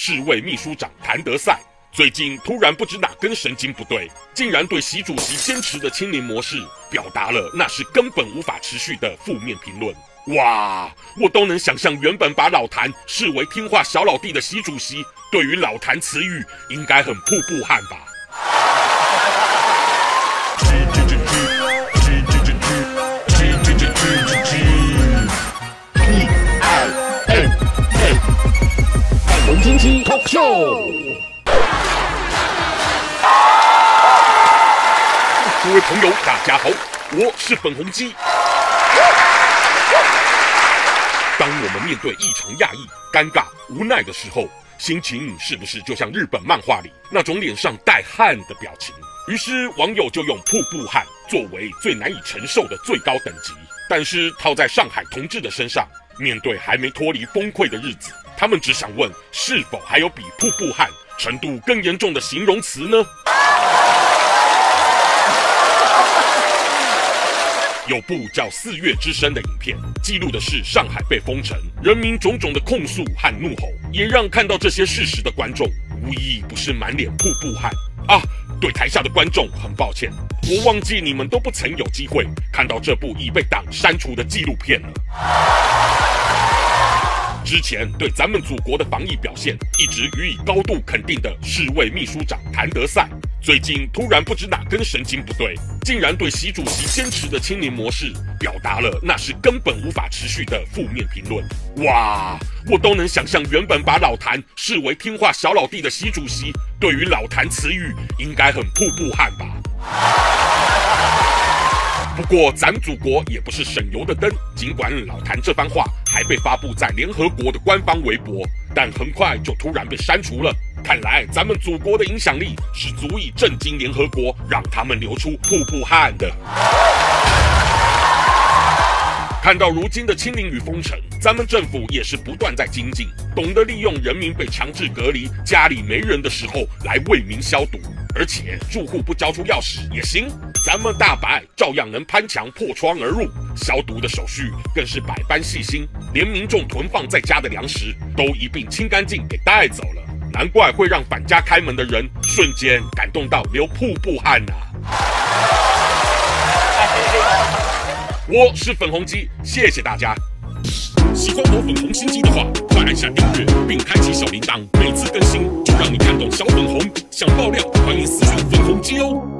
世卫秘书长谭德赛，最近突然不知哪根神经不对，竟然对习主席坚持的清零模式表达了那是根本无法持续的负面评论。哇，我都能想象原本把老谭视为听话小老弟的习主席，对于老谭词语应该很瀑布汗吧。 粉红鸡 Talk Show， 各位朋友，大家好，我是粉红鸡。当我们面对异常讶异、尴尬、无奈的时候，心情是不是就像日本漫画里那种脸上带汗的表情？于是网友就用瀑布汗作为最难以承受的最高等级。但是套在上海同志的身上，面对还没脱离崩溃的日子，他们只想问，是否还有比瀑布汗程度更严重的形容词呢？有部叫《4月之声》的影片，记录的是上海被封城，人民种种的控诉和怒吼，也让看到这些事实的观众无一不是满脸瀑布汗啊！对台下的观众很抱歉，我忘记你们都不曾有机会看到这部已被党删除的纪录片了。之前对咱们祖国的防疫表现一直予以高度肯定的世卫秘书长谭德赛，最近突然不知哪根神经不对，竟然对习主席坚持的清零模式表达了那是根本无法持续的负面评论。哇，我都能想象原本把老谭视为听话小老弟的习主席，对于老谭词语应该很瀑布汗吧。不过咱祖国也不是省油的灯，尽管老谭这番话还被发布在联合国的官方微博，但很快就突然被删除了。看来咱们祖国的影响力是足以震惊联合国，让他们流出瀑布汗的。看到如今的清零与封城，咱们政府也是不断在精进，懂得利用人民被强制隔离、家里没人的时候来为民消毒，而且住户不交出钥匙也行，咱们大白照样能攀墙破窗而入，消毒的手续更是百般细心，连民众囤放在家的粮食都一并清干净给带走了，难怪会让返家开门的人瞬间感动到流瀑布汗啊！我是粉红鸡，谢谢大家。喜欢我粉红心机的话，快按下订阅并开启小铃铛，每次更新就让你看懂小粉红。想爆料，欢迎私讯粉红鸡哦。